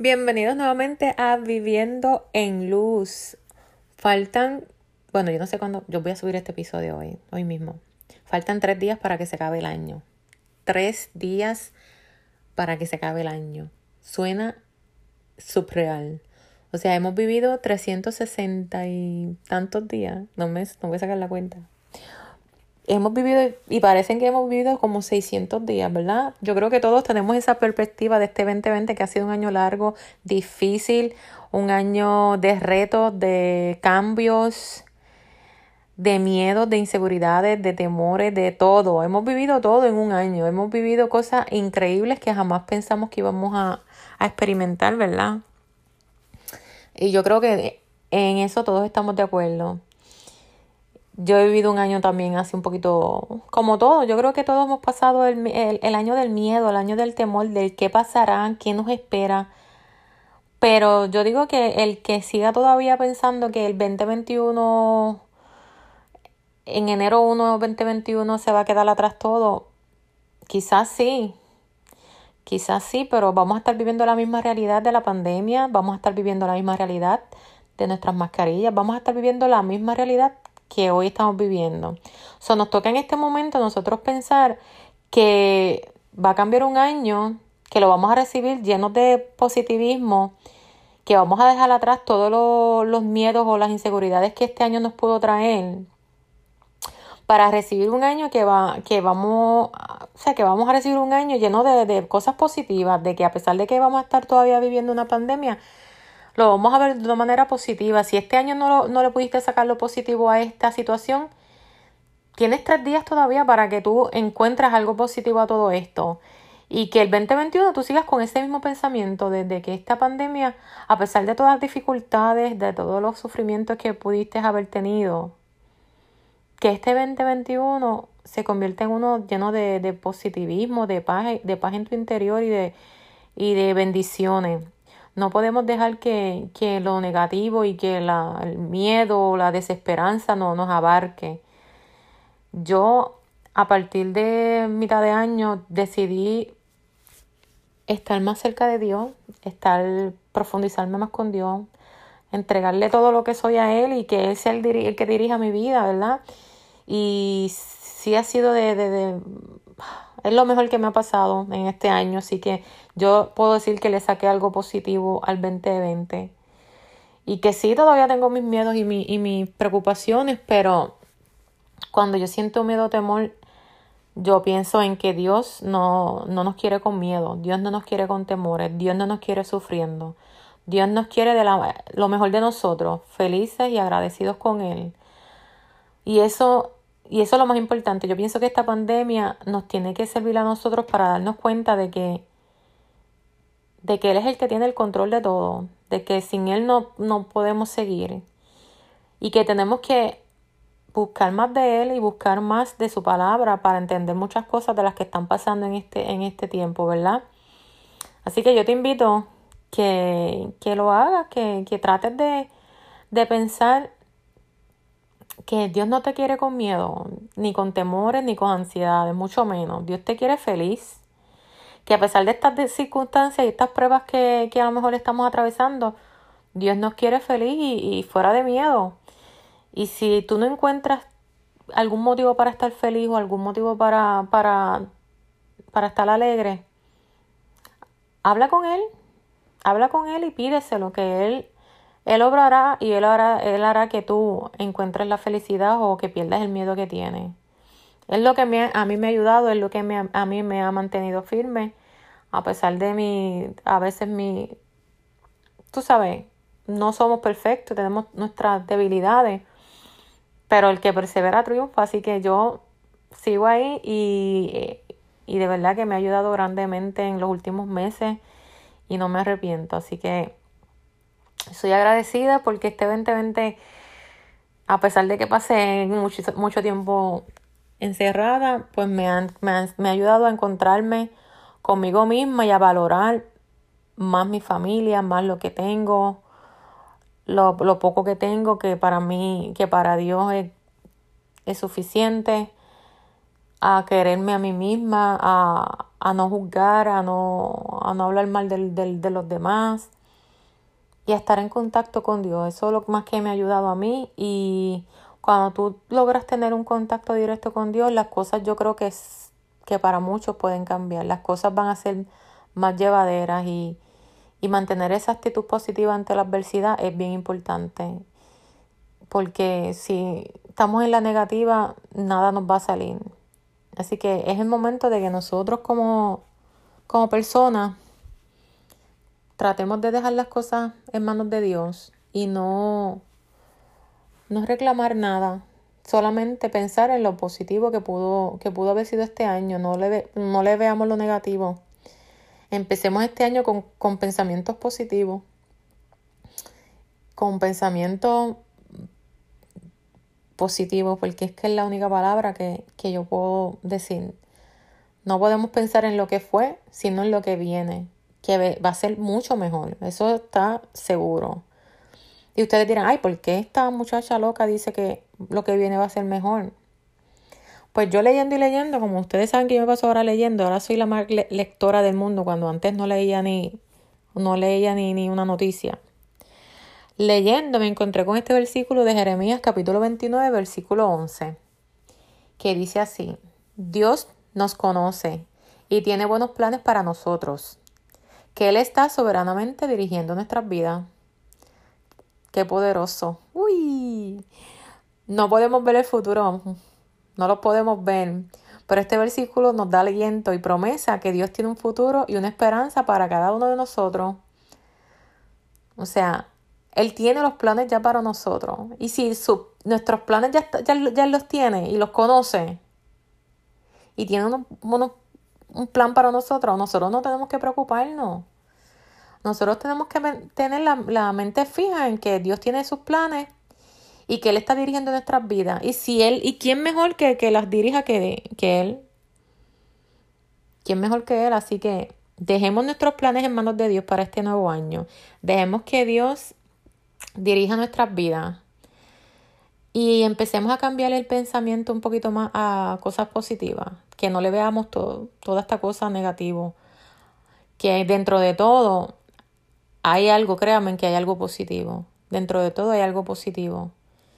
Bienvenidos nuevamente a Viviendo en Luz. Yo no sé cuándo, yo voy a subir este episodio hoy mismo. Faltan 3 días para que se acabe el año. 3 días para que se acabe el año. Suena subreal. O sea, hemos vivido 360 y tantos días. No voy a sacar la cuenta. Hemos vivido, y parecen que hemos vivido como 600 días, ¿verdad? Yo creo que todos tenemos esa perspectiva de este 2020, que ha sido un año largo, difícil, un año de retos, de cambios, de miedos, de inseguridades, de temores, de todo. Hemos vivido todo en un año. Hemos vivido cosas increíbles que jamás pensamos que íbamos a experimentar, ¿verdad? Y yo creo que en eso todos estamos de acuerdo. Yo he vivido un año también así un poquito como todo. Yo creo que todos hemos pasado el año del miedo, el año del temor, del qué pasará, qué nos espera. Pero yo digo que el que siga todavía pensando que el 2021, en enero 1 de 2021 se va a quedar atrás todo, quizás sí, pero vamos a estar viviendo la misma realidad de la pandemia, vamos a estar viviendo la misma realidad de nuestras mascarillas, vamos a estar viviendo la misma realidad que hoy estamos viviendo. Nos toca en este momento nosotros pensar que va a cambiar un año, que lo vamos a recibir llenos de positivismo, que vamos a dejar atrás todos los miedos o las inseguridades que este año nos pudo traer, para recibir un año que vamos a recibir un año lleno de cosas positivas, de que a pesar de que vamos a estar todavía viviendo una pandemia, lo vamos a ver de una manera positiva. Si este año no le pudiste sacar lo positivo a esta situación, tienes 3 días todavía para que tú encuentres algo positivo a todo esto. Y que el 2021 tú sigas con ese mismo pensamiento de que esta pandemia, a pesar de todas las dificultades, de todos los sufrimientos que pudiste haber tenido, que este 2021 se convierta en uno lleno de positivismo, de paz en tu interior y de bendiciones. No podemos dejar que lo negativo y que el miedo o la desesperanza nos abarque. Yo, a partir de mitad de año, decidí estar más cerca de Dios, profundizarme más con Dios, entregarle todo lo que soy a Él y que Él sea el que dirija mi vida, ¿verdad? Y sí ha sido es lo mejor que me ha pasado en este año, así que yo puedo decir que le saqué algo positivo al 2020. Y que sí, todavía tengo mis miedos y mis preocupaciones, pero cuando yo siento miedo o temor, yo pienso en que Dios no nos quiere con miedo, Dios no nos quiere con temores, Dios no nos quiere sufriendo. Dios nos quiere lo mejor de nosotros, felices y agradecidos con Él. Y eso es lo más importante. Yo pienso que esta pandemia nos tiene que servir a nosotros para darnos cuenta de que Él es el que tiene el control de todo, de que sin Él no podemos seguir y que tenemos que buscar más de Él y buscar más de su palabra para entender muchas cosas de las que están pasando en este tiempo, ¿verdad? Así que yo te invito que lo hagas, que trates de pensar que Dios no te quiere con miedo, ni con temores, ni con ansiedades, mucho menos. Dios te quiere feliz. Que a pesar de estas circunstancias y estas pruebas que a lo mejor estamos atravesando, Dios nos quiere feliz y fuera de miedo. Y si tú no encuentras algún motivo para estar feliz o algún motivo para estar alegre, habla con Él y pídeselo, que Él obrará y Él hará que tú encuentres la felicidad o que pierdas el miedo que tienes. Es lo que a mí me ha ayudado, es lo que a mí me ha mantenido firme, a pesar de a veces tú sabes, no somos perfectos, tenemos nuestras debilidades, pero el que persevera triunfa, así que yo sigo ahí y de verdad que me ha ayudado grandemente en los últimos meses y no me arrepiento, así que soy agradecida porque este 2020, a pesar de que pasé mucho tiempo encerrada, pues me ha ayudado a encontrarme conmigo misma y a valorar más mi familia, más lo que tengo, lo poco que tengo, que para mí, que para Dios es suficiente, a quererme a mí misma, a no juzgar, a no hablar mal de los demás y a estar en contacto con Dios. Eso es lo más que me ha ayudado a mí. Y cuando tú logras tener un contacto directo con Dios, las cosas yo creo que para muchos pueden cambiar. Las cosas van a ser más llevaderas y mantener esa actitud positiva ante la adversidad es bien importante. Porque si estamos en la negativa, nada nos va a salir. Así que es el momento de que nosotros como personas tratemos de dejar las cosas en manos de Dios y no reclamar nada. Solamente pensar en lo positivo que pudo haber sido este año. No le veamos lo negativo. Empecemos este año con pensamientos positivos. Con pensamientos positivos, porque es que es la única palabra que yo puedo decir. No podemos pensar en lo que fue, sino en lo que viene, que va a ser mucho mejor. Eso está seguro. Y ustedes dirán, ay, ¿por qué esta muchacha loca dice que lo que viene va a ser mejor? Pues yo leyendo y leyendo, como ustedes saben que yo me paso ahora leyendo, ahora soy la más lectora del mundo, cuando antes no leía ni una noticia. Leyendo me encontré con este versículo de Jeremías capítulo 29, versículo 11, que dice así: Dios nos conoce y tiene buenos planes para nosotros, que Él está soberanamente dirigiendo nuestras vidas. ¡Qué poderoso! ¡Uy! No podemos ver el futuro, no lo podemos ver, pero este versículo nos da aliento y promesa que Dios tiene un futuro y una esperanza para cada uno de nosotros. O sea, Él tiene los planes ya para nosotros. Y si nuestros planes ya los tiene y los conoce y tiene un plan para nosotros no tenemos que preocuparnos. Nosotros tenemos que tener la mente fija en que Dios tiene sus planes y que Él está dirigiendo nuestras vidas. ¿Y quién mejor que las dirija que Él? ¿Quién mejor que Él? Así que dejemos nuestros planes en manos de Dios para este nuevo año. Dejemos que Dios dirija nuestras vidas y empecemos a cambiar el pensamiento un poquito más a cosas positivas, que no le veamos toda esta cosa negativa, que dentro de todo hay algo, créanme que hay algo positivo, dentro de todo hay algo positivo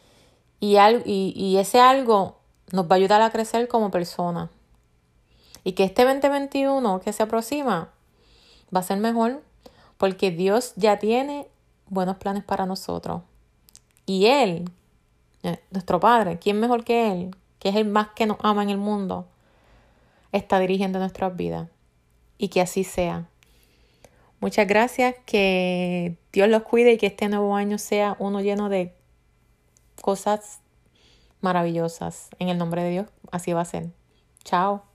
y ese algo nos va a ayudar a crecer como personas y que este 2021 que se aproxima va a ser mejor porque Dios ya tiene buenos planes para nosotros. Y Él, nuestro Padre, ¿quién mejor que Él? Que es el más que nos ama en el mundo, está dirigiendo nuestras vidas. Y que así sea. Muchas gracias, que Dios los cuide y que este nuevo año sea uno lleno de cosas maravillosas. En el nombre de Dios, así va a ser. Chao.